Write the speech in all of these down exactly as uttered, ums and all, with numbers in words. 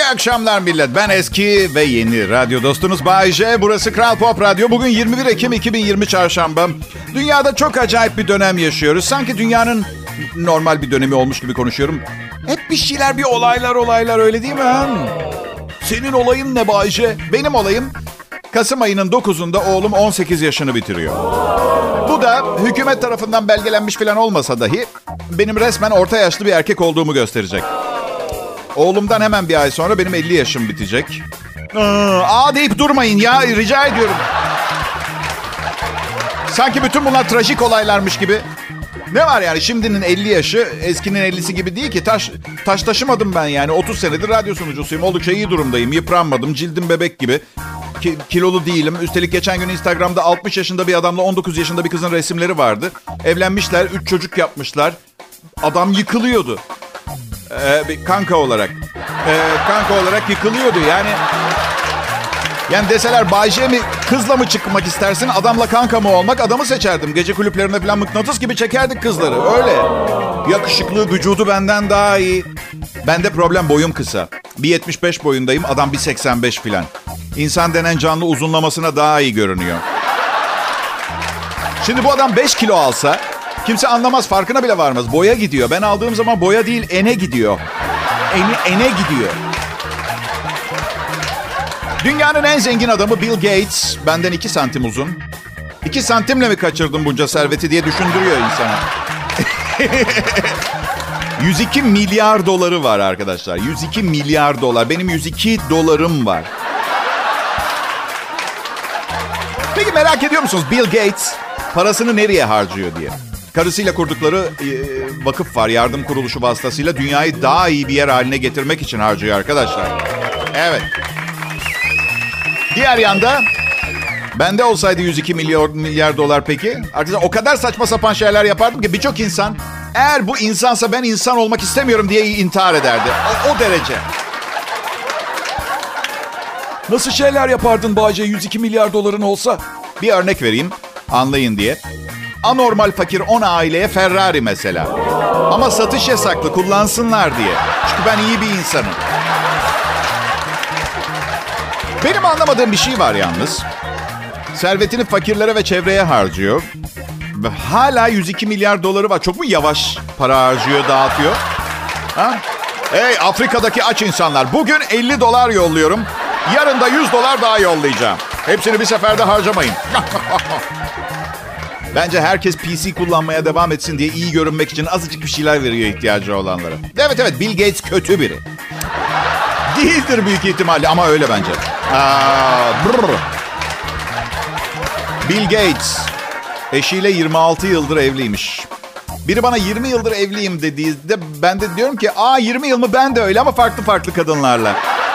akşamlar millet. Ben eski ve yeni radyo dostunuz Bay J. Burası Kral Pop Radyo. Bugün yirmi bir Ekim iki bin yirmi Çarşamba. Dünyada çok acayip bir dönem yaşıyoruz. Sanki dünyanın normal bir dönemi olmuş gibi konuşuyorum. Hep bir şeyler, bir olaylar olaylar, öyle değil mi? Senin olayın ne Bay J? Benim olayım Kasım ayının dokuzunda oğlum on sekiz yaşını bitiriyor. Bu da hükümet tarafından belgelenmiş falan olmasa dahi benim resmen orta yaşlı bir erkek olduğumu gösterecek. Oğlumdan hemen bir ay sonra benim elli yaşım bitecek. Aa deyip durmayın ya, rica ediyorum. Sanki bütün bunlar trajik olaylarmış gibi. Ne var yani, şimdinin elli yaşı eskinin ellisi gibi değil ki. Taş, taş taşımadım ben yani. otuz senedir radyo sunucusuyum. Oldukça iyi durumdayım. Yıpranmadım. Cildim bebek gibi. Ki, kilolu değilim. Üstelik geçen gün Instagram'da altmış yaşında bir adamla on dokuz yaşında bir kızın resimleri vardı. Evlenmişler. üç çocuk yapmışlar. Adam yıkılıyordu. Ee, bir kanka olarak. Ee, kanka olarak yıkılıyordu. Yani yani deseler Bay J mi, kızla mı çıkmak istersin, adamla kanka mı olmak, adamı seçerdim. Gece kulüplerinde falan mıknatıs gibi çekerdik kızları. Öyle. Yakışıklı, vücudu benden daha iyi. Bende problem, boyum kısa. bir yetmiş beş boyundayım, adam bir seksen beş falan. İnsan denen canlı uzunlamasına daha iyi görünüyor. Şimdi bu adam beş kilo alsa kimse anlamaz, farkına bile varmaz. Boya gidiyor. Ben aldığım zaman boya değil, ene gidiyor. Ene, ene gidiyor. Dünyanın en zengin adamı Bill Gates benden iki santim uzun. iki santimle mi kaçırdım bunca serveti diye düşündürüyor insana. yüz iki milyar doları var arkadaşlar. yüz iki milyar dolar. Benim yüz iki dolarım var. Peki merak ediyor musunuz Bill Gates parasını nereye harcıyor diye? Karısıyla kurdukları e, vakıf var, yardım kuruluşu vasıtasıyla dünyayı daha iyi bir yer haline getirmek için harcıyor arkadaşlar. Evet. Diğer yanda bende olsaydı yüz iki milyar, milyar dolar peki? Arkadaşlar o kadar saçma sapan şeyler yapardım ki birçok insan eğer bu insansa ben insan olmak istemiyorum diye intihar ederdi. O, o derece. Nasıl şeyler yapardın Bayce yüz iki milyar doların olsa? Bir örnek vereyim anlayın diye. Anormal fakir on aileye Ferrari mesela. Ama satış yasaklı, kullansınlar diye. Çünkü ben iyi bir insanım. Benim anlamadığım bir şey var yalnız. Servetini fakirlere ve çevreye harcıyor. Ve hala yüz iki milyar doları var. Çok mu yavaş para harcıyor, dağıtıyor? Ha? Hey Afrika'daki aç insanlar. Bugün elli dolar yolluyorum. Yarın da yüz dolar daha yollayacağım. Hepsini bir seferde harcamayın. Bence herkes P C kullanmaya devam etsin diye iyi görünmek için azıcık bir şeyler veriyor ihtiyacı olanlara. Evet evet, Bill Gates kötü biri. Değildir büyük ihtimalle ama öyle bence. Aa, Bill Gates eşiyle yirmi altı yıldır evliymiş. Biri bana yirmi yıldır evliyim dediğinde ben de diyorum ki aa yirmi yıl mı, ben de öyle ama farklı farklı kadınlarla.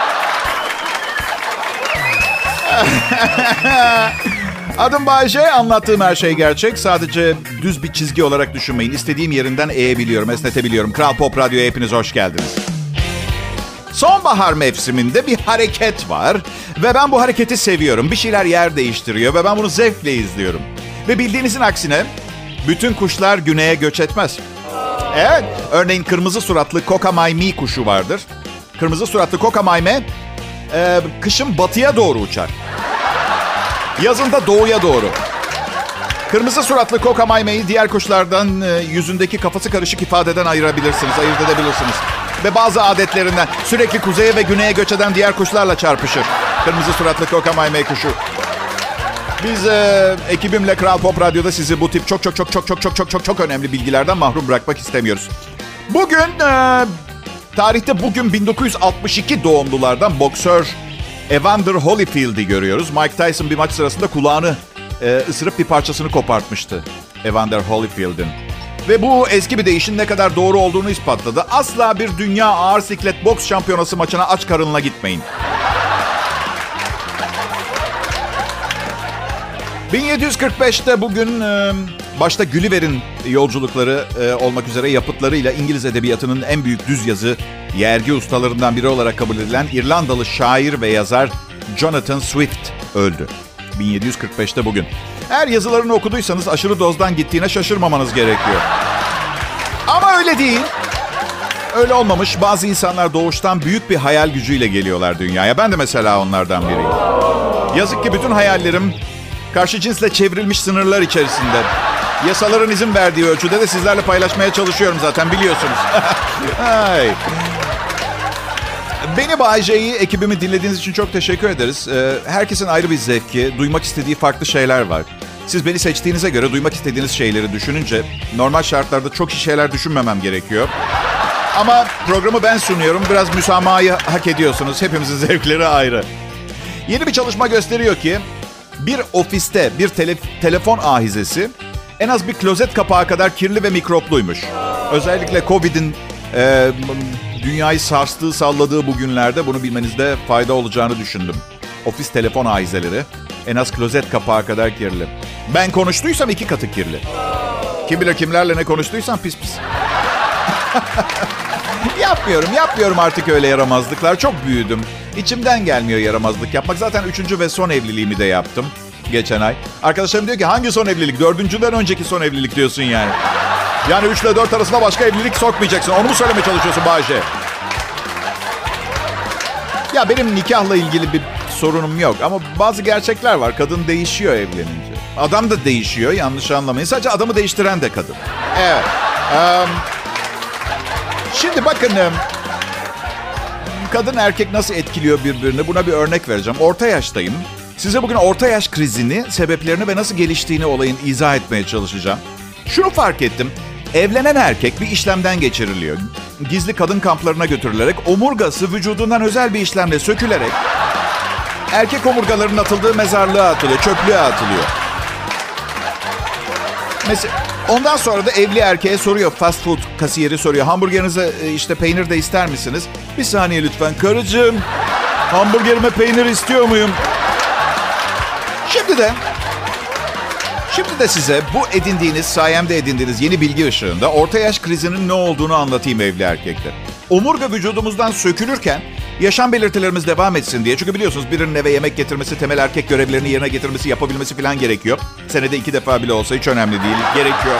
Adım Bayce, anlattığım her şey gerçek. Sadece düz bir çizgi olarak düşünmeyin. İstediğim yerinden eğebiliyorum, esnetebiliyorum. Kral Pop Radyo'ya hepiniz hoş geldiniz. Sonbahar mevsiminde bir hareket var ve ben bu hareketi seviyorum. Bir şeyler yer değiştiriyor ve ben bunu zevkle izliyorum. Ve bildiğinizin aksine bütün kuşlar güneye göç etmez. Evet, örneğin kırmızı suratlı kokamaymi kuşu vardır. Kırmızı suratlı kokamayme e, kışın batıya doğru uçar. Yazın da doğuya doğru. Kırmızı suratlı kokamaymeyi diğer kuşlardan e, yüzündeki kafası karışık ifadeden ayırabilirsiniz, ayırt edebilirsiniz. Ve bazı adetlerinden sürekli kuzeye ve güneye göç eden diğer kuşlarla çarpışır. Kırmızı suratlı kokamayme kuşu. Biz e, ekibimle Kral Pop Radyo'da sizi bu tip çok çok çok çok çok çok çok çok çok önemli bilgilerden mahrum bırakmak istemiyoruz. Bugün e, tarihte bugün bin dokuz yüz altmış iki doğumlulardan boksör Evander Holyfield'i görüyoruz. Mike Tyson bir maç sırasında kulağını e, ısırıp bir parçasını kopartmıştı Evander Holyfield'in. Ve bu eski bir deyişin ne kadar doğru olduğunu ispatladı. Asla bir dünya ağır siklet boks şampiyonası maçına aç karınla gitmeyin. bin yedi yüz kırk beşte bugün e, başta Gulliver'in yolculukları e, olmak üzere yapıtlarıyla İngiliz edebiyatının en büyük düz yazı yergi ustalarından biri olarak kabul edilen İrlandalı şair ve yazar Jonathan Swift öldü. bin yedi yüz kırk beşte bugün. Eğer yazılarını okuduysanız aşırı dozdan gittiğine şaşırmamanız gerekiyor. Ama öyle değil. öyle olmamış. Bazı insanlar doğuştan büyük bir hayal gücüyle geliyorlar dünyaya. Ben de mesela onlardan biriyim. Yazık ki bütün hayallerim karşı cinsle çevrilmiş sınırlar içerisinde. Yasaların izin verdiği ölçüde de sizlerle paylaşmaya çalışıyorum zaten, biliyorsunuz. Ay. Beni, Bay J'yi, ekibimi dinlediğiniz için çok teşekkür ederiz. Herkesin ayrı bir zevki, duymak istediği farklı şeyler var. Siz beni seçtiğinize göre duymak istediğiniz şeyleri düşününce normal şartlarda çok iyi şeyler düşünmemem gerekiyor. Ama programı ben sunuyorum. Biraz müsamahayı hak ediyorsunuz. Hepimizin zevkleri ayrı. Yeni bir çalışma gösteriyor ki bir ofiste bir tele- telefon ahizesi en az bir klozet kapağı kadar kirli ve mikropluymuş. Özellikle Covid'in e, dünyayı sarstığı, salladığı bu günlerde bunu bilmenizde fayda olacağını düşündüm. Ofis telefon ahizeleri en az klozet kapağı kadar kirli. Ben konuştuysam iki katı kirli. Kim bilir kimlerle ne konuştuysam pis pis. yapmıyorum, yapmıyorum artık öyle yaramazlıklar. Çok büyüdüm. İçimden gelmiyor yaramazlık yapmak. Zaten üçüncü ve son evliliğimi de yaptım geçen ay. Arkadaşlarım diyor ki hangi son evlilik? Dördüncüden önceki son evlilik diyorsun yani. Yani üç ile dört arasında başka evlilik sokmayacaksın. Onu mu söylemeye çalışıyorsun Bayce? Ya benim nikahla ilgili bir sorunum yok. Ama bazı gerçekler var. Kadın değişiyor evlenince. Adam da değişiyor, yanlış anlamayın. Sadece adamı değiştiren de kadın. Evet. Um, şimdi bakın... Kadın erkek nasıl etkiliyor birbirini? Buna bir örnek vereceğim. Orta yaştayım. Size bugün orta yaş krizini, sebeplerini ve nasıl geliştiğini olayın izah etmeye çalışacağım. Şunu fark ettim. Evlenen erkek bir işlemden geçiriliyor. Gizli kadın kamplarına götürülerek omurgası vücudundan özel bir işlemle sökülerek erkek omurgalarının atıldığı mezarlığa atılıyor, çöplüğe atılıyor. Mesela ondan sonra da evli erkeğe soruyor, fast food kasiyeri soruyor. Hamburgerinize işte peynir de ister misiniz? Bir saniye lütfen karıcığım. Hamburgerime peynir istiyor muyum? Şimdi de Şimdi de size bu edindiğiniz, sayemde edindiğiniz yeni bilgi ışığında orta yaş krizinin ne olduğunu anlatayım evli erkekte. Omurga vücudumuzdan sökülürken yaşam belirtilerimiz devam etsin diye. Çünkü biliyorsunuz birinin eve yemek getirmesi, temel erkek görevlerini yerine getirmesi, yapabilmesi falan gerekiyor. Senede iki defa bile olsa hiç önemli değil, gerekiyor.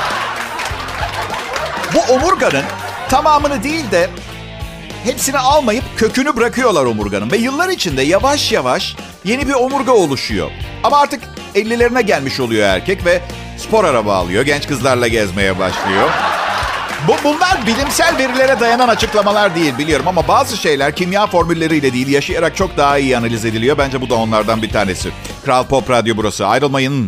Bu omurganın tamamını değil de hepsini almayıp kökünü bırakıyorlar omurganın. Ve yıllar içinde yavaş yavaş yeni bir omurga oluşuyor. Ama artık ellilerine gelmiş oluyor erkek ve spor araba alıyor. Genç kızlarla gezmeye başlıyor. Bu, bunlar bilimsel verilere dayanan açıklamalar değil biliyorum. Ama bazı şeyler kimya formülleriyle değil, yaşayarak çok daha iyi analiz ediliyor. Bence bu da onlardan bir tanesi. Kral Pop Radyo burası. Ayrılmayın.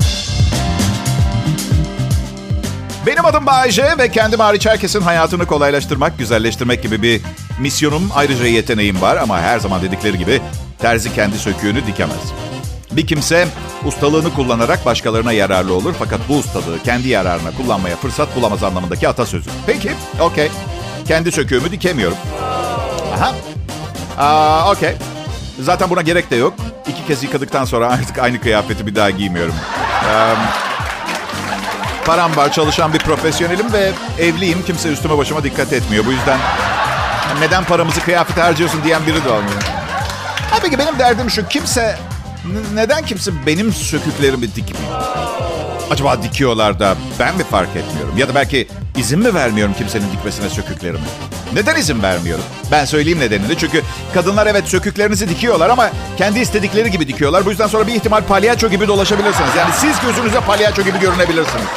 Benim adım Bay J ve kendim hariç herkesin hayatını kolaylaştırmak, güzelleştirmek gibi bir misyonum, ayrıca yeteneğim var. Ama her zaman dedikleri gibi terzi kendi söküğünü dikemez. Bir kimse ustalığını kullanarak başkalarına yararlı olur. Fakat bu ustalığı kendi yararına kullanmaya fırsat bulamaz anlamındaki atasözü. Peki, okey. Kendi söküğümü dikemiyorum. Aha. Aa, okey. Zaten buna gerek de yok. İki kez yıkadıktan sonra artık aynı kıyafeti bir daha giymiyorum. Um, param var, çalışan bir profesyonelim ve evliyim. Kimse üstüme başıma dikkat etmiyor. Bu yüzden neden paramızı kıyafete harcıyorsun diyen biri de olmuyor. Ha, peki benim derdim şu. Kimse... Neden kimse benim söküklerimi dikmiyor? Acaba dikiyorlar da ben mi fark etmiyorum? Ya da belki izin mi vermiyorum kimsenin dikmesine söküklerimi? Neden izin vermiyorum? Ben söyleyeyim nedenini. Çünkü kadınlar evet söküklerinizi dikiyorlar ama kendi istedikleri gibi dikiyorlar. Bu yüzden sonra bir ihtimal palyaço gibi dolaşabilirsiniz. Yani siz gözünüze palyaço gibi görünebilirsiniz.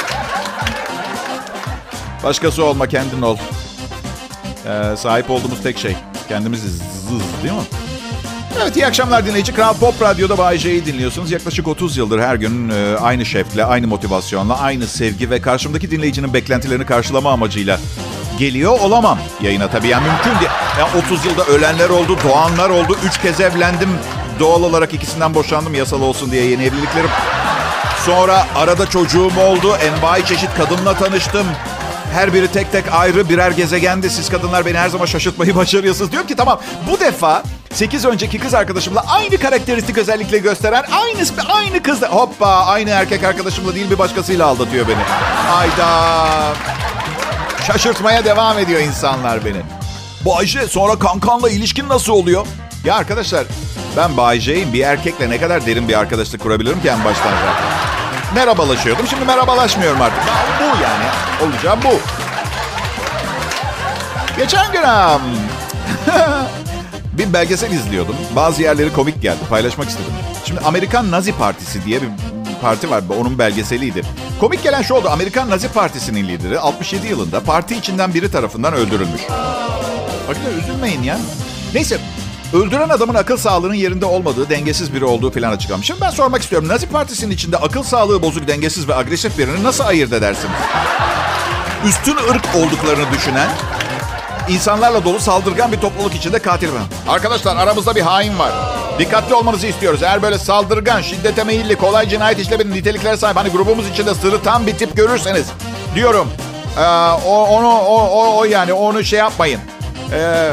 Başkası olma, kendin ol. Ee, sahip olduğumuz tek şey. Kendimizi zız, değil mi? Evet, iyi akşamlar dinleyici. Kral Pop Radyo'da Bay J'yi dinliyorsunuz. Yaklaşık otuz yıldır her gün e, aynı şevkle, aynı motivasyonla, aynı sevgi ve karşımdaki dinleyicinin beklentilerini karşılama amacıyla geliyor olamam yayına tabii. Yani mümkün değil. Yani otuz yılda ölenler oldu, doğanlar oldu. Üç kez evlendim. Doğal olarak ikisinden boşandım yasal olsun diye yeni evliliklerim. Sonra arada çocuğum oldu. Envai çeşit kadınla tanıştım. Her biri tek tek ayrı birer gezegende. Siz kadınlar beni her zaman şaşırtmayı başarıyorsunuz. Diyorum ki tamam, bu defa sekiz önceki kız arkadaşımla aynı karakteristik özellikle gösteren aynı aynı kız. Hoppa, aynı erkek arkadaşımla değil bir başkasıyla aldatıyor beni. Hayda. Şaşırtmaya devam ediyor insanlar beni. Bu Ayşe, sonra kankanla ilişkin nasıl oluyor? Ya arkadaşlar, ben Bay J'yim. Bir erkekle ne kadar derin bir arkadaşlık kurabilirim ki en baştan zaten. Merhabalaşıyordum. Şimdi merhabalaşmıyorum artık. Ya bu yani. Olacağım bu. Geçen gün um, bir belgesel izliyordum. Bazı yerleri komik geldi. Paylaşmak istedim. Şimdi Amerikan Nazi Partisi diye bir parti var. Onun belgeseliydi. Komik gelen şu oldu. Amerikan Nazi Partisi'nin lideri altmış yedi yılında parti içinden biri tarafından öldürülmüş. Bakın üzülmeyin ya. Neyse. Öldüren adamın akıl sağlığının yerinde olmadığı, dengesiz biri olduğu falan açıklamış. Şimdi ben sormak istiyorum. Nazi Partisi'nin içinde akıl sağlığı bozuk, dengesiz ve agresif birini nasıl ayırt edersiniz? Üstün ırk olduklarını düşünen, insanlarla dolu saldırgan bir topluluk içinde katil var. Arkadaşlar aramızda bir hain var. Dikkatli olmanızı istiyoruz. Eğer böyle saldırgan, şiddete meyilli, kolay cinayet işlemenin niteliklere sahip, hani grubumuz içinde sırıtan bir tip görürseniz diyorum. Ee, o, onu, o, o, o yani onu şey yapmayın. Ee,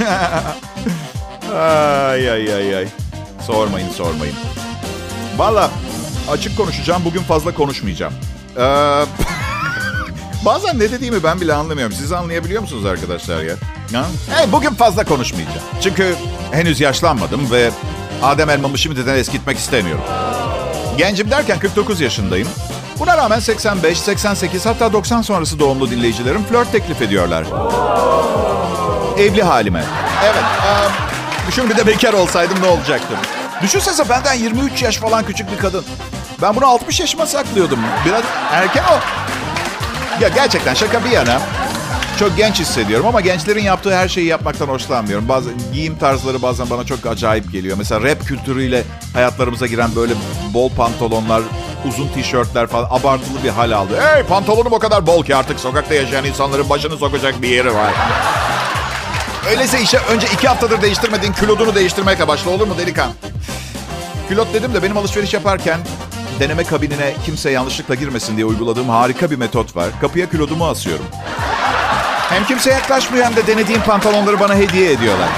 ay ay ay ay. Sormayın sormayın. Valla açık konuşacağım. Bugün fazla konuşmayacağım. Ee, bazen ne dediğimi ben bile anlamıyorum. Siz anlayabiliyor musunuz arkadaşlar ya? Ha? Evet, bugün fazla konuşmayacağım. Çünkü henüz yaşlanmadım ve Adem elmamı şimdiden eskitmek istemiyorum. Gencim derken kırk dokuz yaşındayım. Buna rağmen seksen beş, seksen sekiz hatta doksan sonrası doğumlu dinleyicilerim flört teklif ediyorlar. Evli halime. Evet. Um, düşün bir de bekar olsaydım ne olacaktım? Düşünsene benden yirmi üç yaş falan küçük bir kadın. Ben bunu altmış yaşıma saklıyordum. Biraz erken o. Ya gerçekten şaka bir yana. Çok genç hissediyorum ama gençlerin yaptığı her şeyi yapmaktan hoşlanmıyorum. Bazı giyim tarzları bazen bana çok acayip geliyor. Mesela rap kültürüyle hayatlarımıza giren böyle bol pantolonlar, uzun tişörtler falan abartılı bir hal aldı. Hey, pantolonum o kadar bol ki artık sokakta yaşayan insanların başını sokacak bir yeri var. Öyleyse işe önce iki haftadır değiştirmediğin külotunu değiştirmekle başla, olur mu delikanlı? Külot dedim de benim alışveriş yaparken deneme kabinine kimse yanlışlıkla girmesin diye uyguladığım harika bir metot var. Kapıya külotumu asıyorum. Hem kimse yaklaşmıyor hem de denediğim pantolonları bana hediye ediyorlar.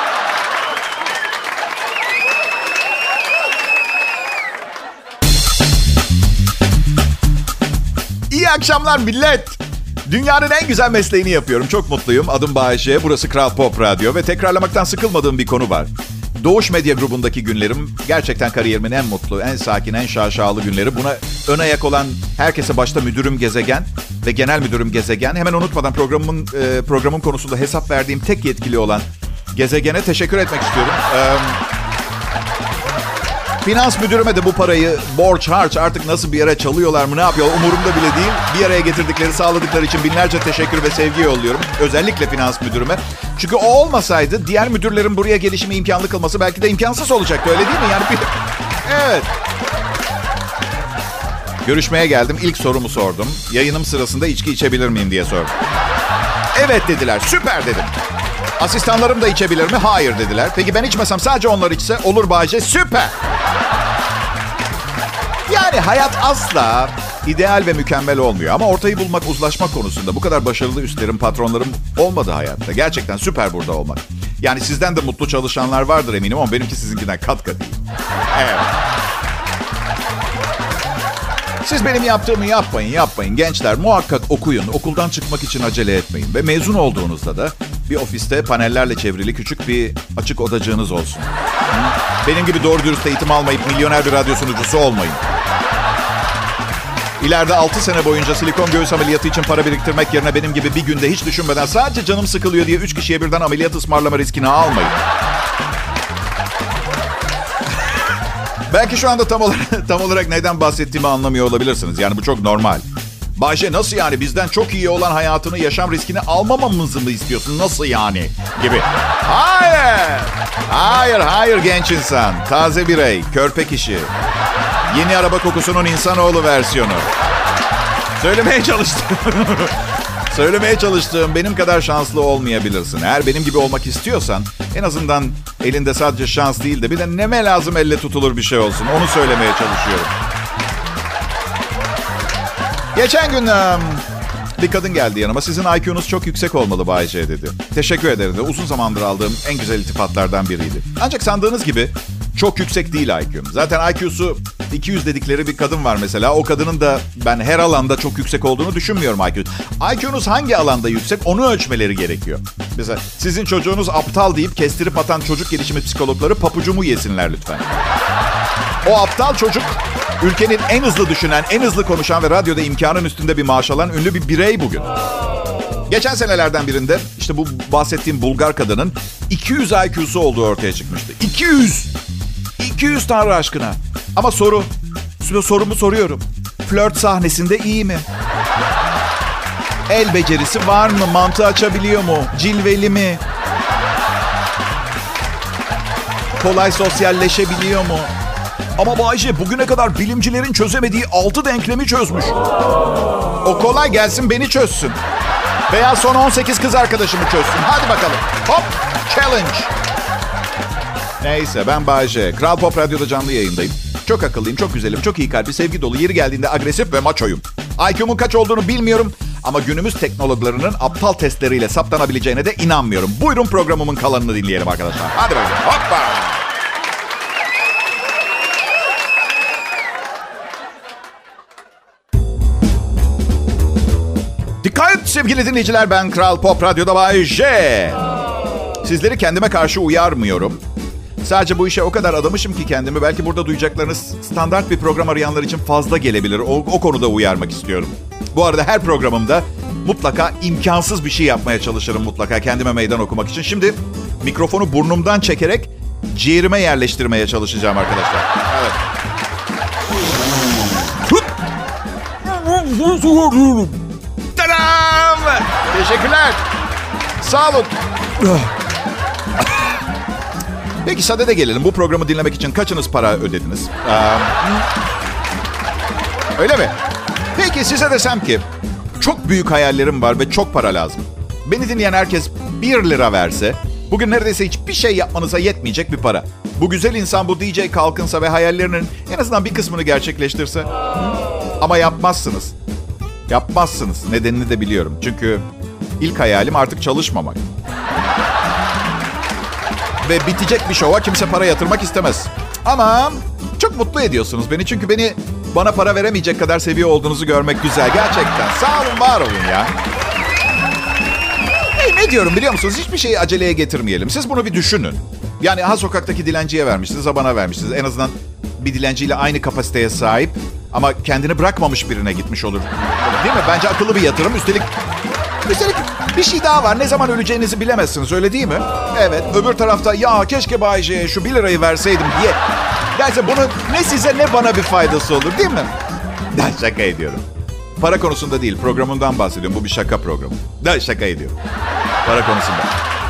İyi akşamlar millet. Dünyanın en güzel mesleğini yapıyorum. Çok mutluyum. Adım Bayece. Burası Kral Pop Radyo ve tekrarlamaktan sıkılmadığım bir konu var. Doğuş Medya grubundaki günlerim gerçekten kariyerimin en mutlu, en sakin, en şaşalı günleri. Buna ön ayak olan herkese başta müdürüm Gezegen ve genel müdürüm Gezegen. Hemen unutmadan programımın e, programın konusunda hesap verdiğim tek yetkili olan Gezegen'e teşekkür etmek istiyorum. Ee, finans müdürüme de bu parayı borç harç artık nasıl bir yere çalıyorlar mı ne yapıyor umurumda bile değil. Bir araya getirdikleri, sağladıkları için binlerce teşekkür ve sevgi yolluyorum. Özellikle finans müdürüme. Çünkü o olmasaydı diğer müdürlerin buraya gelişimi imkanlı kılması belki de imkansız olacaktı, öyle değil mi? Yani bir... Evet. Görüşmeye geldim. İlk sorumu sordum. Yayınım sırasında içki içebilir miyim diye sordum. Evet dediler. Süper dedim. Asistanlarım da içebilir mi? Hayır dediler. Peki ben içmesem sadece onlar içse? Olur Bayce. Süper. Yani hayat asla ideal ve mükemmel olmuyor. Ama ortayı bulmak, uzlaşmak konusunda bu kadar başarılı üstlerim, patronlarım olmadı hayatta. Gerçekten süper burada olmak. Yani sizden de mutlu çalışanlar vardır eminim ama benimki sizinkinden kat kat iyi. Evet. Siz benim yaptığımı yapmayın, yapmayın. Gençler muhakkak okuyun. Okuldan çıkmak için acele etmeyin. Ve mezun olduğunuzda da bir ofiste panellerle çevrili küçük bir açık odacığınız olsun. Benim gibi doğru dürüst eğitim almayıp milyoner bir radyo sunucusu olmayın. İleride altı sene boyunca silikon göğüs ameliyatı için para biriktirmek yerine benim gibi bir günde hiç düşünmeden sadece canım sıkılıyor diye üç kişiye birden ameliyat ısmarlama riskini almayın. Belki şu anda tam olarak, tam olarak neden bahsettiğimi anlamıyor olabilirsiniz. Yani bu çok normal. Bayşe nasıl yani bizden çok iyi olan hayatını yaşam riskini almamamızı mı istiyorsun? Nasıl yani? Gibi. Hayır. Hayır, hayır genç insan. Taze birey, körpe kişi. Yeni araba kokusunun insanoğlu versiyonu. Söylemeye çalıştım. Söylemeye çalıştığım benim kadar şanslı olmayabilirsin. Eğer benim gibi olmak istiyorsan en azından elinde sadece şans değil de bir de neme lazım elle tutulur bir şey olsun. Onu söylemeye çalışıyorum. Geçen gün um, bir kadın geldi yanıma. Sizin I Q'nuz çok yüksek olmalı Bayce dedi. Teşekkür ederim de uzun zamandır aldığım en güzel iltifatlardan biriydi. Ancak sandığınız gibi çok yüksek değil I Q'm. Zaten I Q'su iki yüz dedikleri bir kadın var mesela. O kadının da ben her alanda çok yüksek olduğunu düşünmüyorum I Q. I Q'nuz hangi alanda yüksek onu ölçmeleri gerekiyor. Mesela sizin çocuğunuz aptal deyip kestirip atan çocuk gelişimi psikologları papucumu yesinler lütfen. O aptal çocuk ülkenin en hızlı düşünen, en hızlı konuşan ve radyoda imkanın üstünde bir maaş alan ünlü bir birey bugün. Geçen senelerden birinde işte bu bahsettiğim Bulgar kadının iki yüz I Q'su olduğu ortaya çıkmıştı. iki yüz! iki yüz Tanrı aşkına. Ama soru, sorumu soruyorum. Flört sahnesinde iyi mi? El becerisi var mı? Mantı açabiliyor mu? Cilveli mi? Kolay sosyalleşebiliyor mu? Ama Bayce bugüne kadar bilimcilerin çözemediği altı denklemi çözmüş. O kolay gelsin beni çözsün. Veya son on sekiz kız arkadaşımı çözsün. Hadi bakalım. Hop! Challenge. Neyse ben Bayce. Kral Pop Radyo'da canlı yayındayım. Çok akıllıyım, çok güzelim, çok iyi kalpli, sevgi dolu, yeri geldiğinde agresif ve maçoyum. I Q'mun kaç olduğunu bilmiyorum ama günümüz teknologlarının aptal testleriyle saptanabileceğine de inanmıyorum. Buyurun programımın kalanını dinleyelim arkadaşlar. Hadi bakalım. Hoppa! Dikkat sevgili dinleyiciler, ben Kral Pop Radyo'da Bay J. Sizleri kendime karşı uyarmıyorum. Sadece bu işe o kadar adamışım ki kendimi. Belki burada duyacaklarınız standart bir program arayanlar için fazla gelebilir. O, o konuda uyarmak istiyorum. Bu arada her programımda mutlaka imkansız bir şey yapmaya çalışırım mutlaka kendime meydan okumak için. Şimdi mikrofonu burnumdan çekerek ciğerime yerleştirmeye çalışacağım arkadaşlar. Evet. Tadam! Teşekkürler. Sağ olun. Peki sadede gelelim. Bu programı dinlemek için kaçınız para ödediniz? Ee, öyle mi? Peki size desem ki çok büyük hayallerim var ve çok para lazım. Beni dinleyen herkes bir lira verse bugün neredeyse hiçbir şey yapmanıza yetmeyecek bir para. Bu güzel insan bu D J kalkınsa ve hayallerinin en azından bir kısmını gerçekleştirse. Ama yapmazsınız. Yapmazsınız. Nedenini de biliyorum. Çünkü ilk hayalim artık çalışmamak. Ve bitecek bir şova kimse para yatırmak istemez. Ama çok mutlu ediyorsunuz beni. Çünkü beni bana para veremeyecek kadar seviyor olduğunuzu görmek güzel. Gerçekten. Sağ olun, var olun ya. Hey, ne diyorum biliyor musunuz? Hiçbir şeyi aceleye getirmeyelim. Siz bunu bir düşünün. Yani ha sokaktaki dilenciye vermişsiniz, ha bana vermişsiniz. En azından bir dilenciyle aynı kapasiteye sahip ama kendini bırakmamış birine gitmiş olur. Değil mi? Bence akıllı bir yatırım. Üstelik, üstelik bir şey daha var. Ne zaman öleceğinizi bilemezsiniz. Öyle değil mi? Evet. Öbür tarafta ya keşke Bay J'ye şu bir lirayı verseydim diye. Derse bunun ne size ne bana bir faydası olur değil mi? Ben şaka ediyorum. Para konusunda değil. Programından bahsediyorum. Bu bir şaka programı. Ben şaka ediyorum. Para konusunda.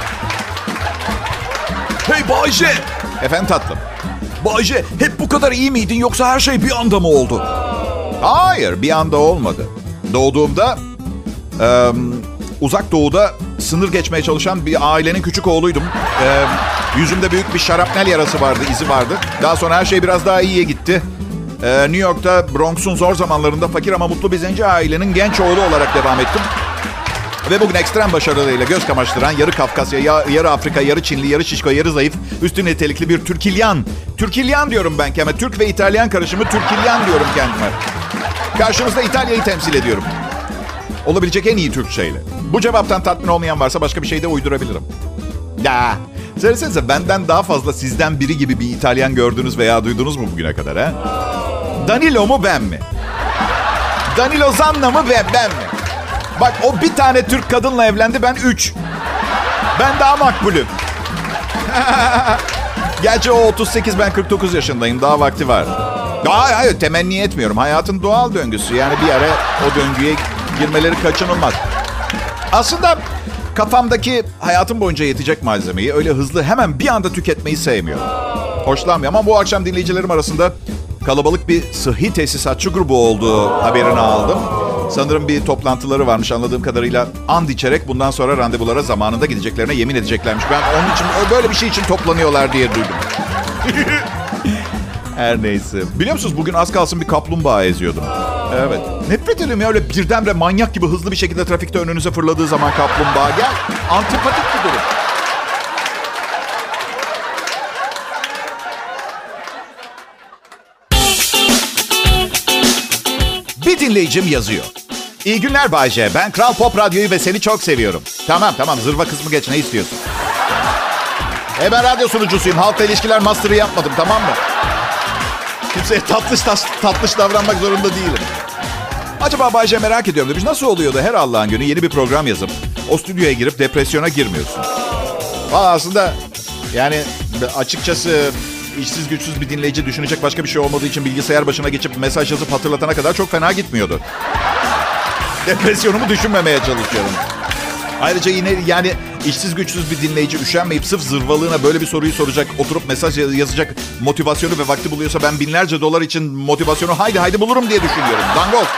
Hey Bay J! Efendim tatlım. Bay J, hep bu kadar iyi miydin yoksa her şey bir anda mı oldu? Hayır, bir anda olmadı. Doğduğumda e, uzak doğuda sınır geçmeye çalışan bir ailenin küçük oğluydum. E, yüzümde büyük bir şarapnel yarası vardı, izi vardı. Daha sonra her şey biraz daha iyiye gitti. E, New York'ta Bronx'un zor zamanlarında fakir ama mutlu bir zenci ailenin genç oğlu olarak devam ettim. Ve bugün ekstrem başarılarıyla göz kamaştıran yarı Kafkasya, yarı Afrika, yarı Çinli, yarı şişko, yarı zayıf, üstün nitelikli bir Türkilyan. Türkilyan diyorum ben kendime. Türk ve İtalyan karışımı Türkilyan diyorum kendime. Karşınızda İtalya'yı temsil ediyorum. Olabilecek en iyi Türkçeyle. Bu cevaptan tatmin olmayan varsa başka bir şey de uydurabilirim. Ya, söylesenize benden daha fazla sizden biri gibi bir İtalyan gördünüz veya duydunuz mu bugüne kadar ha? Danilo mu ben mi? Danilo Zanna mı ben, ben mi? Bak o bir tane Türk kadınla evlendi, ben üç. Ben daha makbulüm. Gerçi o otuz sekiz, ben kırk dokuz yaşındayım. Daha vakti var. Hayır, hayır temenni etmiyorum. Hayatın doğal döngüsü. Yani bir ara o döngüye girmeleri kaçınılmaz. Aslında kafamdaki hayatım boyunca yetecek malzemeyi öyle hızlı hemen bir anda tüketmeyi sevmiyorum. Hoşlanmıyorum ama bu akşam dinleyicilerim arasında kalabalık bir sıhhi tesisatçı grubu olduğu haberini aldım. Sanırım bir toplantıları varmış anladığım kadarıyla. And içerek bundan sonra randevulara zamanında gideceklerine yemin edeceklermiş. Ben onun için böyle bir şey için toplanıyorlar diye duydum. Her neyse. Biliyor musunuz bugün az kalsın bir kaplumbağa eziyordum. Evet. Nefret ediyorum ya öyle birdenbire manyak gibi hızlı bir şekilde trafikte önünüze fırladığı zaman kaplumbağa. Gel. Antipatik bir durum. Bir dinleyicim yazıyor. İyi günler Bay J. Ben Kral Pop Radyo'yu ve seni çok seviyorum. Tamam tamam zırva kısmı geç, ne istiyorsun? E ben radyo sunucusuyum. Halkla ilişkiler master'ı yapmadım, tamam mı? Kimseye tatlış tatlış davranmak zorunda değilim. Acaba Bay J merak ediyorum demiş. Nasıl oluyordu her Allah'ın günü yeni bir program yazıp o stüdyoya girip depresyona girmiyorsun? Valla aslında yani açıkçası işsiz güçsüz bir dinleyici düşünecek başka bir şey olmadığı için bilgisayar başına geçip mesaj yazıp hatırlatana kadar çok fena gitmiyordu. Depresyonumu düşünmemeye çalışıyorum. Ayrıca yine yani işsiz güçsüz bir dinleyici üşenmeyip sırf zırvalığına böyle bir soruyu soracak, oturup mesaj yazacak motivasyonu ve vakti buluyorsa ben binlerce dolar için motivasyonu haydi haydi bulurum diye düşünüyorum. Dangoz.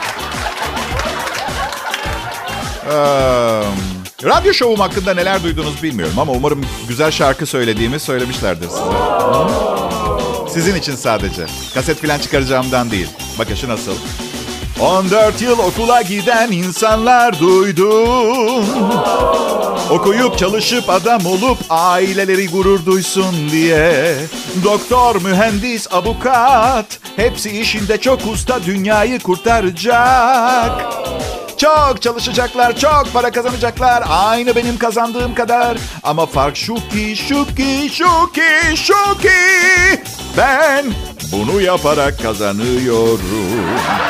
Ee, radyo şovum hakkında neler duyduğunuzu bilmiyorum ama umarım güzel şarkı söylediğimi söylemişlerdir size. Sizin için sadece. Kaset falan çıkaracağımdan değil. Bakışı nasıl? on dört yıl okula giden insanlar duydum. Okuyup çalışıp adam olup aileleri gurur duysun diye. Doktor, mühendis, avukat hepsi işinde çok usta, dünyayı kurtaracak. Çok çalışacaklar, çok para kazanacaklar. Aynı benim kazandığım kadar. Ama fark şu ki, şu ki, şu ki, şu ki ben bunu yaparak kazanıyorum.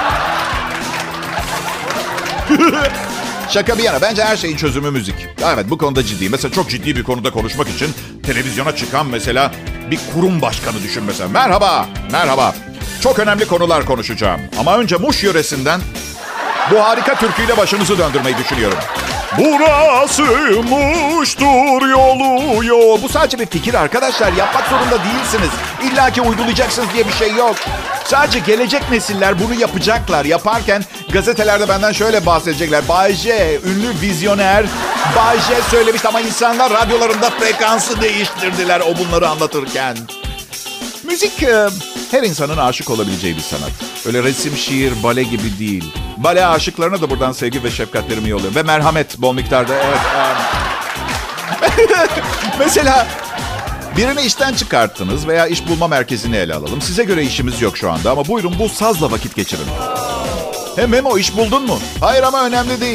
Şaka bir yana bence her şeyin çözümü müzik. Evet bu konuda ciddiyim. Mesela çok ciddi bir konuda konuşmak için televizyona çıkan mesela bir kurum başkanı düşün mesela. Merhaba, merhaba. Çok önemli konular konuşacağım. Ama önce Muş yöresinden bu harika türküyle başınızı döndürmeyi düşünüyorum. Burası Muş'tur yolu yol. Bu sadece bir fikir arkadaşlar. Yapmak zorunda değilsiniz. İlla ki uygulayacaksınız diye bir şey yok. Sadece gelecek nesiller bunu yapacaklar. Yaparken gazetelerde benden şöyle bahsedecekler. Bay J, ünlü vizyoner. Bay J söylemiş ama insanlar radyolarında frekansı değiştirdiler o bunları anlatırken. Müzik her insanın aşık olabileceği bir sanat. Öyle resim, şiir, bale gibi değil. Bale aşıklarına da buradan sevgi ve şefkatlerimi yolluyorum. Ve merhamet bol miktarda. Evet. Mesela birini işten çıkarttınız veya iş bulma merkezini ele alalım. Size göre işimiz yok şu anda ama buyurun bu sazla vakit geçirin. Hem Memo iş buldun mu? Hayır ama önemli değil.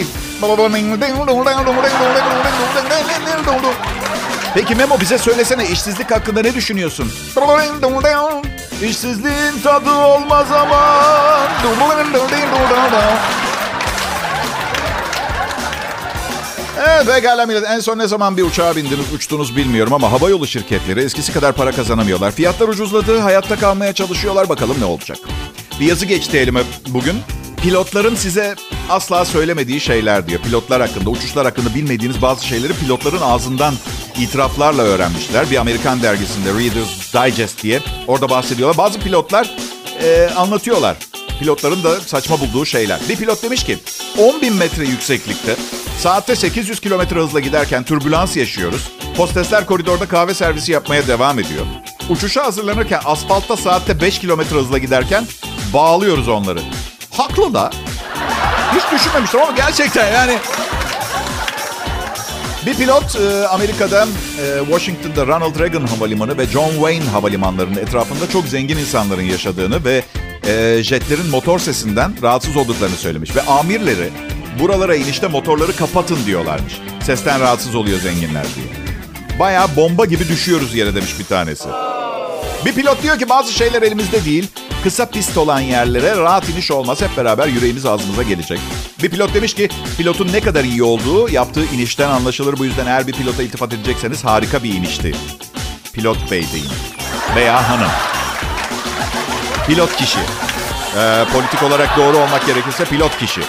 Peki Memo bize söylesene işsizlik hakkında ne düşünüyorsun? İşsizliğin tadı olmaz ama. Evet pekala millet. En son ne zaman bir uçağa bindiniz, uçtunuz bilmiyorum ama havayolu şirketleri eskisi kadar para kazanamıyorlar. Fiyatlar ucuzladı, hayatta kalmaya çalışıyorlar. Bakalım ne olacak? Bir yazı geçti elime bugün. Pilotların size asla söylemediği şeyler diyor. Pilotlar hakkında, uçuşlar hakkında bilmediğiniz bazı şeyleri pilotların ağzından itiraflarla öğrenmişler. Bir Amerikan dergisinde Reader's Digest diye orada bahsediyorlar. Bazı pilotlar e, anlatıyorlar. Pilotların da saçma bulduğu şeyler. Bir pilot demiş ki on bin metre yükseklikte saatte sekiz yüz kilometre hızla giderken türbülans yaşıyoruz. Hostesler koridorda kahve servisi yapmaya devam ediyor. Uçuşa hazırlanırken asfaltta saatte beş kilometre hızla giderken bağlıyoruz onları. Haklı da. Hiç düşünmemiştim ama gerçekten yani. Bir pilot e, Amerika'da e, Washington'da Ronald Reagan Havalimanı ve John Wayne Havalimanları'nın etrafında çok zengin insanların yaşadığını ve e, jetlerin motor sesinden rahatsız olduklarını söylemiş. Ve amirleri buralara inişte motorları kapatın diyorlarmış. Sesten rahatsız oluyor zenginler diye. Bayağı bomba gibi düşüyoruz yere demiş bir tanesi. Bir pilot diyor ki bazı şeyler elimizde değil. Kısa pist olan yerlere rahat iniş olmaz. Hep beraber yüreğimiz ağzımıza gelecek. Bir pilot demiş ki pilotun ne kadar iyi olduğu yaptığı inişten anlaşılır. Bu yüzden eğer bir pilota iltifat edecekseniz harika bir inişti. Pilot bey deyin. Veya hanım. Pilot kişi. Ee, politik olarak doğru olmak gerekirse pilot kişi.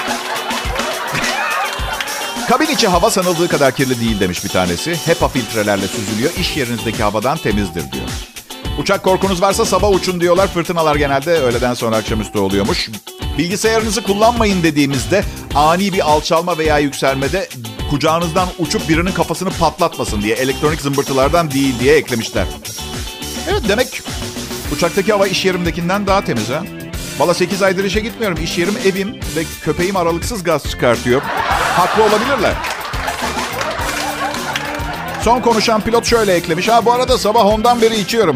Kabin içi hava sanıldığı kadar kirli değil demiş bir tanesi. HEPA filtrelerle süzülüyor. İş yerinizdeki havadan temizdir diyor. Uçak korkunuz varsa sabah uçun diyorlar. Fırtınalar genelde öğleden sonra akşamüstü oluyormuş. Bilgisayarınızı kullanmayın dediğimizde ani bir alçalma veya yükselmede kucağınızdan uçup birinin kafasını patlatmasın diye elektronik zımbırtılardan değil diye eklemişler. Evet demek uçaktaki hava iş yerimdekinden daha temiz ha. Valla sekiz aydır işe gitmiyorum. İş yerim evim ve köpeğim aralıksız gaz çıkartıyor. Haklı olabilirler. Son konuşan pilot şöyle eklemiş. Ha bu arada sabah ondan beri içiyorum.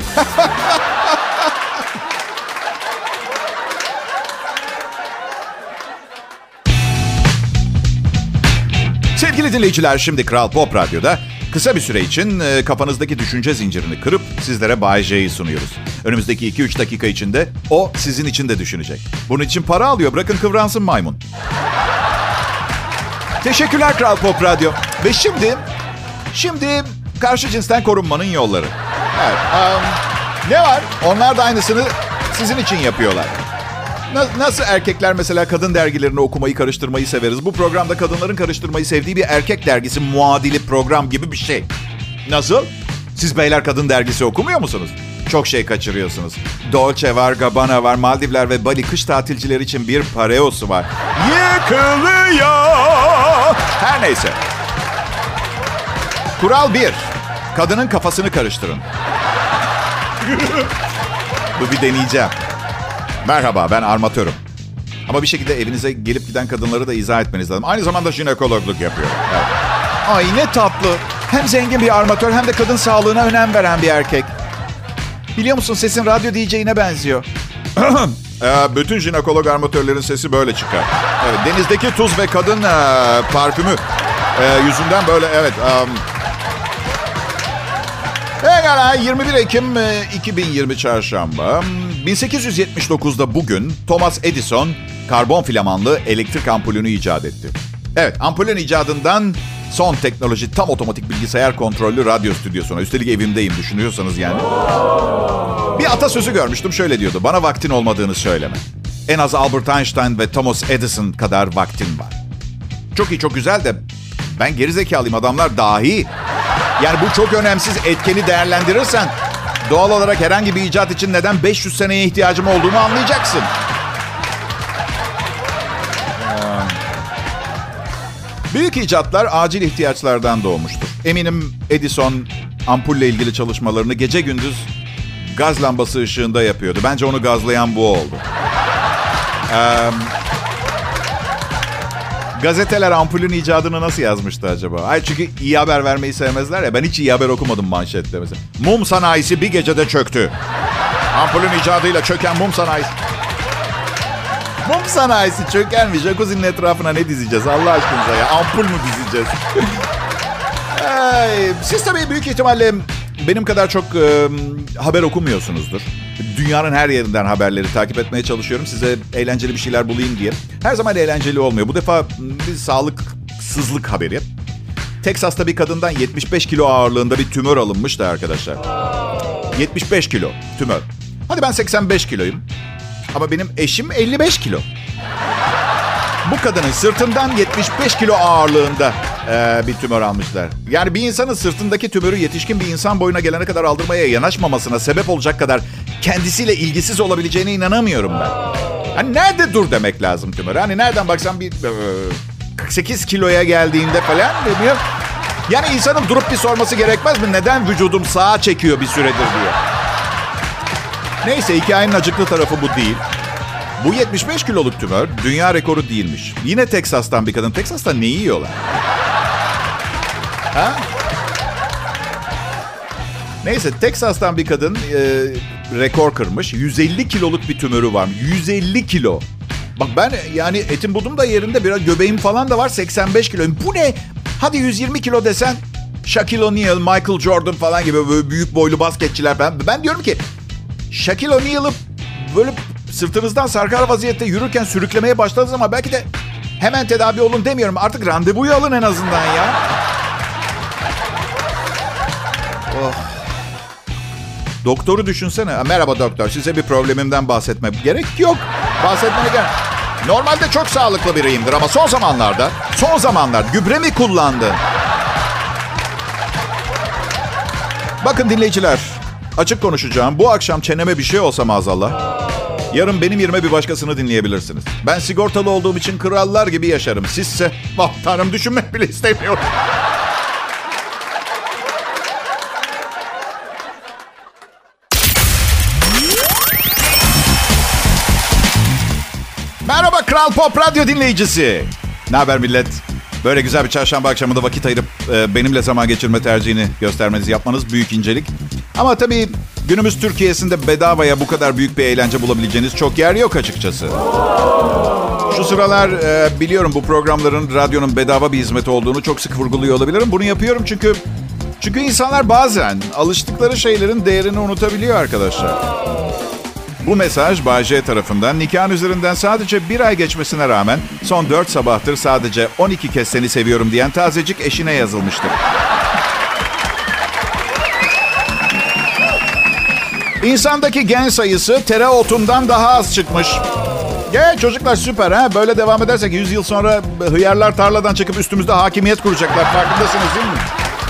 Sevgili dinleyiciler, şimdi Kral Pop Radyo'da kısa bir süre için kafanızdaki düşünce zincirini kırıp sizlere Bay J'yi sunuyoruz. Önümüzdeki iki üç dakika içinde o sizin için de düşünecek. Bunun için para alıyor. Bırakın kıvransın maymun. Teşekkürler Kral Pop Radyo. Ve şimdi, şimdi karşı cinsten korunmanın yolları. Evet. Um, ne var? Onlar da aynısını sizin için yapıyorlar. Nasıl erkekler mesela kadın dergilerini okumayı, karıştırmayı severiz. Bu programda kadınların karıştırmayı sevdiği bir erkek dergisi muadili program gibi bir şey. Nasıl? Siz beyler kadın dergisi okumuyor musunuz? Çok şey kaçırıyorsunuz. Dolce var, Gabbana var, Maldivler ve Bali kış tatilcileri için bir pareosu var. Yıkılıyor. Her neyse. Kural bir. Kadının kafasını karıştırın. Bu bir deneyeceğim. Merhaba, ben armatörüm. Ama bir şekilde evinize gelip giden kadınları da izah etmeniz lazım. Aynı zamanda jinekologluk yapıyor. Evet. Ay ne tatlı. Hem zengin bir armatör hem de kadın sağlığına önem veren bir erkek. Biliyor musun, sesin radyo D J'ine benziyor. e, bütün jinekolog armatörlerin sesi böyle çıkar. Evet, denizdeki tuz ve kadın e, parfümü e, yüzünden böyle, evet. Um... Pekala, yirmi bir Ekim iki bin yirmi Çarşamba. bin sekiz yüz yetmiş dokuzda bugün Thomas Edison karbon filamanlı elektrik ampulünü icat etti. Evet, ampulün icadından son teknoloji tam otomatik bilgisayar kontrollü radyo stüdyosuna. Üstelik evimdeyim, düşünüyorsanız yani. Bir atasözü görmüştüm, şöyle diyordu: bana vaktin olmadığını söyleme. En az Albert Einstein ve Thomas Edison kadar vaktin var. Çok iyi, çok güzel de ben gerizekalıyım, adamlar dahi. Yani bu çok önemsiz etkeni değerlendirirsen doğal olarak herhangi bir icat için neden beş yüz seneye ihtiyacım olduğunu anlayacaksın. Büyük icatlar acil ihtiyaçlardan doğmuştur. Eminim Edison ampulle ilgili çalışmalarını gece gündüz gaz lambası ışığında yapıyordu. Bence onu gazlayan bu oldu. Ee, gazeteler ampulün icadını nasıl yazmıştı acaba? Ay çünkü iyi haber vermeyi sevmezler ya. Ben hiç iyi haber okumadım manşette mesela. Mum sanayisi bir gecede çöktü. Ampulün icadıyla çöken mum sanayisi. Mum sanayisi çöker mi? Jacuzzi'nin etrafına ne dizeceğiz Allah aşkınıza ya? Ampul mu dizeceğiz? Ay, siz tabii büyük ihtimalle benim kadar çok e, haber okumuyorsunuzdur. Dünyanın her yerinden haberleri takip etmeye çalışıyorum. Size eğlenceli bir şeyler bulayım diye. Her zaman eğlenceli olmuyor. Bu defa bir sağlıksızlık haberi. Teksas'ta bir kadından yetmiş beş kilo ağırlığında bir tümör alınmıştı arkadaşlar. yetmiş beş kilo tümör. Hadi ben seksen beş kiloyum. Ama benim eşim elli beş kilo. Bu kadının sırtından yetmiş beş kilo ağırlığında e, bir tümör almışlar. Yani bir insanın sırtındaki tümörü yetişkin bir insan boyuna gelene kadar aldırmaya yanaşmamasına sebep olacak kadar kendisiyle ilgisiz olabileceğine inanamıyorum ben. Hani nerede dur demek lazım tümör? Hani nereden baksan bir e, kırk sekiz kiloya geldiğinde falan demiyor. Yani insanın durup bir sorması gerekmez mi? Neden vücudum sağa çekiyor bir süredir diye. Neyse, hikayenin acıklı tarafı bu değil. Bu yetmiş beş kiloluk tümör dünya rekoru değilmiş. Yine Teksas'tan bir kadın. Teksas'ta ne yiyorlar? Ha? Neyse, Teksas'tan bir kadın e, rekor kırmış. yüz elli kiloluk bir tümörü var. yüz elli kilo. Bak ben yani etim budum da yerinde, biraz göbeğim falan da var, seksen beş kilo. Bu ne? Hadi yüz yirmi kilo desen Shaquille O'Neal, Michael Jordan falan gibi böyle büyük boylu basketçiler. Ben, ben diyorum ki Shaquille O'Neal'ı böyle sırtınızdan sarkar vaziyette yürürken sürüklemeye başladığınız zaman belki de hemen tedavi olun demiyorum. Artık randevuyu alın en azından ya. Oh. Doktoru düşünsene. Merhaba doktor, size bir problemimden bahsetmem gerek yok. Bahsetmene gerek. Normalde çok sağlıklı biriyimdir ama son zamanlarda, son zamanlar gübre mi kullandın? Bakın dinleyiciler, açık konuşacağım. Bu akşam çeneme bir şey olsa maazallah, yarın benim yerime bir başkasını dinleyebilirsiniz. Ben sigortalı olduğum için krallar gibi yaşarım. Sizse, ah tanrım, düşünmek bile istemiyorum. Merhaba Kral Pop Radyo dinleyicisi. Ne haber millet? Böyle güzel bir çarşamba akşamında vakit ayırıp e, benimle zaman geçirme tercihini göstermenizi yapmanız büyük incelik. Ama tabii günümüz Türkiye'sinde bedavaya bu kadar büyük bir eğlence bulabileceğiniz çok yer yok açıkçası. Şu sıralar e, biliyorum bu programların radyonun bedava bir hizmet olduğunu çok sık vurguluyor olabilirim. Bunu yapıyorum çünkü Çünkü insanlar bazen alıştıkları şeylerin değerini unutabiliyor arkadaşlar. Bu mesaj Bay J tarafından nikahın üzerinden sadece bir ay geçmesine rağmen son dört sabahtır sadece on iki kez seni seviyorum diyen tazecik eşine yazılmıştır. İnsandaki gen sayısı tereotundan daha az çıkmış. Ya çocuklar süper ha. Böyle devam edersek yüz yıl sonra hıyarlar tarladan çıkıp üstümüzde hakimiyet kuracaklar. Farkındasınız değil mi?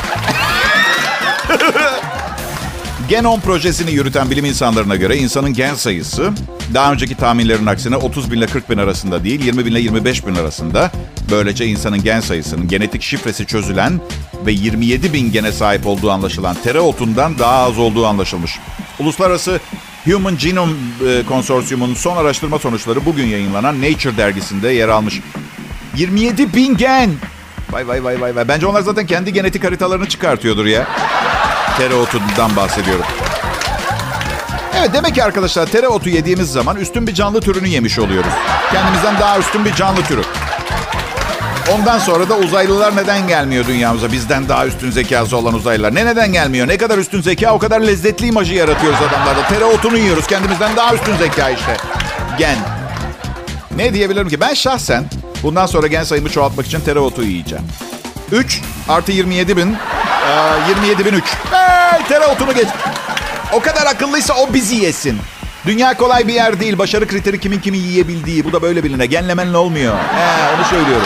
Genom projesini yürüten bilim insanlarına göre insanın gen sayısı daha önceki tahminlerin aksine otuz bin ile kırk bin arasında değil, yirmi bin ile yirmi beş bin arasında. Böylece insanın gen sayısının genetik şifresi çözülen ve yirmi yedi bin gene sahip olduğu anlaşılan tereotundan daha az olduğu anlaşılmış. Uluslararası Human Genome Konsorsiyumu'nun son araştırma sonuçları bugün yayınlanan Nature dergisinde yer almış. yirmi yedi bin gen! Vay vay vay vay vay. Bence onlar zaten kendi genetik haritalarını çıkartıyordur ya. Tereotundan bahsediyorum. Evet, demek ki arkadaşlar tereotu yediğimiz zaman üstün bir canlı türünü yemiş oluyoruz. Kendimizden daha üstün bir canlı türü. Ondan sonra da uzaylılar neden gelmiyor dünyamıza? Bizden daha üstün zekası olan uzaylılar. Ne neden gelmiyor? Ne kadar üstün zeka o kadar lezzetli imajı yaratıyoruz adamlarda. Tereotunu yiyoruz. Kendimizden daha üstün zeka işte. Gen. Ne diyebilirim ki? Ben şahsen bundan sonra gen sayımı çoğaltmak için tereotu yiyeceğim. üç artı yirmi yedi bin. yirmi yedi bin üç. Hey, tereotunu geç. O kadar akıllıysa o bizi yesin. Dünya kolay bir yer değil. Başarı kriteri kimin kimi yiyebildiği. Bu da böyle biline. Genlemenle olmuyor. He, onu söylüyorum.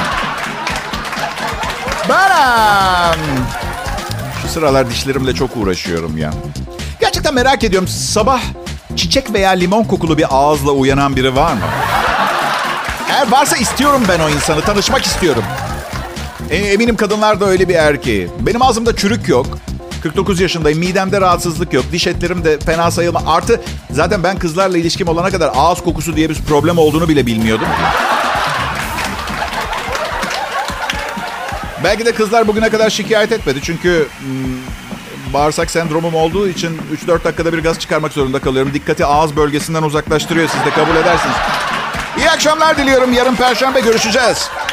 Ben şu sıralar dişlerimle çok uğraşıyorum ya. Gerçekten merak ediyorum. Sabah çiçek veya limon kokulu bir ağızla uyanan biri var mı? Eğer varsa istiyorum ben o insanı. Tanışmak istiyorum. Eminim kadınlar da öyle bir erkeği. Benim ağzımda çürük yok. kırk dokuz yaşındayım. Midemde rahatsızlık yok. Diş etlerim de fena sayılma. Artı zaten ben kızlarla ilişkim olana kadar ağız kokusu diye bir problem olduğunu bile bilmiyordum. Belki de kızlar bugüne kadar şikayet etmedi. Çünkü hmm, bağırsak sendromum olduğu için üç dört dakikada bir gaz çıkarmak zorunda kalıyorum. Dikkati ağız bölgesinden uzaklaştırıyor. Siz de kabul edersiniz. İyi akşamlar diliyorum. Yarın Perşembe görüşeceğiz.